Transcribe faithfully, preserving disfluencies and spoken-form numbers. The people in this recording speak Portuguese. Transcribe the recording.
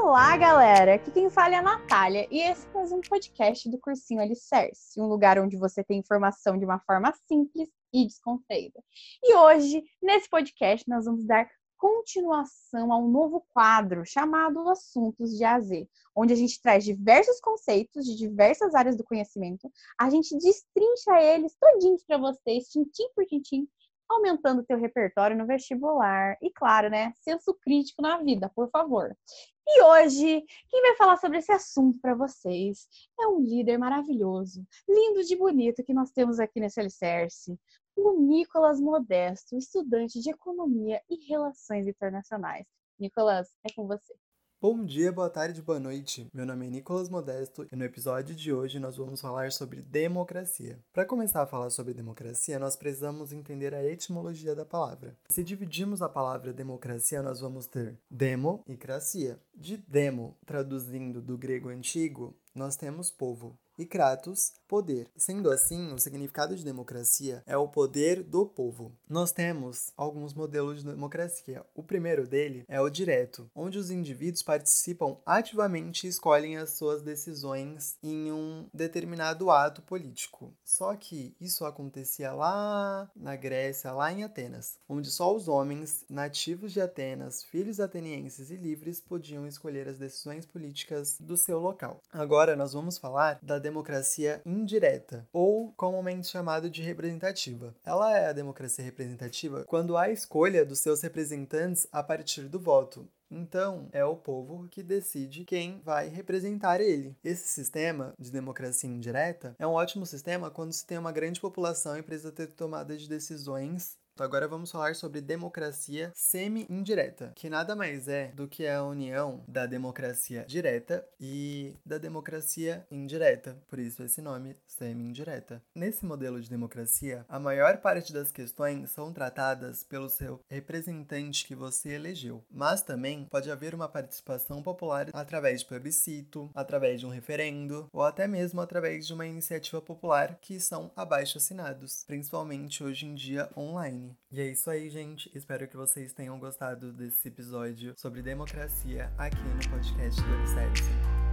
Olá, galera! Aqui quem fala é a Natália e esse é mais um podcast do Cursinho Alicerce, um lugar onde você tem informação de uma forma simples e descontraída. E hoje, nesse podcast, nós vamos dar continuação a um novo quadro chamado Assuntos de A Z, onde a gente traz diversos conceitos de diversas áreas do conhecimento, a gente destrincha eles todinhos para vocês, tintim por tintim, aumentando o teu repertório no vestibular. E claro, né, senso crítico na vida, por favor. E hoje, quem vai falar sobre esse assunto para vocês é um líder maravilhoso, lindo de bonito que nós temos aqui nesse Alicerce, o Nicolas Modesto, estudante de Economia e Relações Internacionais. Nicolas, é com você. Bom dia, boa tarde, boa noite. Meu nome é Nicolas Modesto e no episódio de hoje nós vamos falar sobre democracia. Para começar a falar sobre democracia, nós precisamos entender a etimologia da palavra. Se dividirmos a palavra democracia, nós vamos ter demo e cracia. De demo, traduzindo do grego antigo, nós temos povo. E kratos, poder. Sendo assim, o significado de democracia é o poder do povo. Nós temos alguns modelos de democracia. O primeiro dele é o direto, onde os indivíduos participam ativamente e escolhem as suas decisões em um determinado ato político. Só que isso acontecia lá na Grécia, lá em Atenas, onde só os homens nativos de Atenas, filhos atenienses e livres, podiam escolher as decisões políticas do seu local. Agora nós vamos falar da democracia indireta, ou comumente chamado de representativa. Ela é a democracia representativa quando há escolha dos seus representantes a partir do voto. Então, é o povo que decide quem vai representar ele. Esse sistema de democracia indireta é um ótimo sistema quando se tem uma grande população e precisa ter tomada de decisões. Então, agora vamos falar sobre democracia semi-indireta, que nada mais é do que a união da democracia direta e da democracia indireta, por isso esse nome, semi-indireta. Nesse modelo de democracia, a maior parte das questões são tratadas pelo seu representante que você elegeu, mas também pode haver uma participação popular através de plebiscito, através de um referendo ou até mesmo através de uma iniciativa popular que são abaixo-assinados, principalmente hoje em dia online. E é isso aí, gente. Espero que vocês tenham gostado desse episódio sobre democracia aqui no podcast do Alicerce.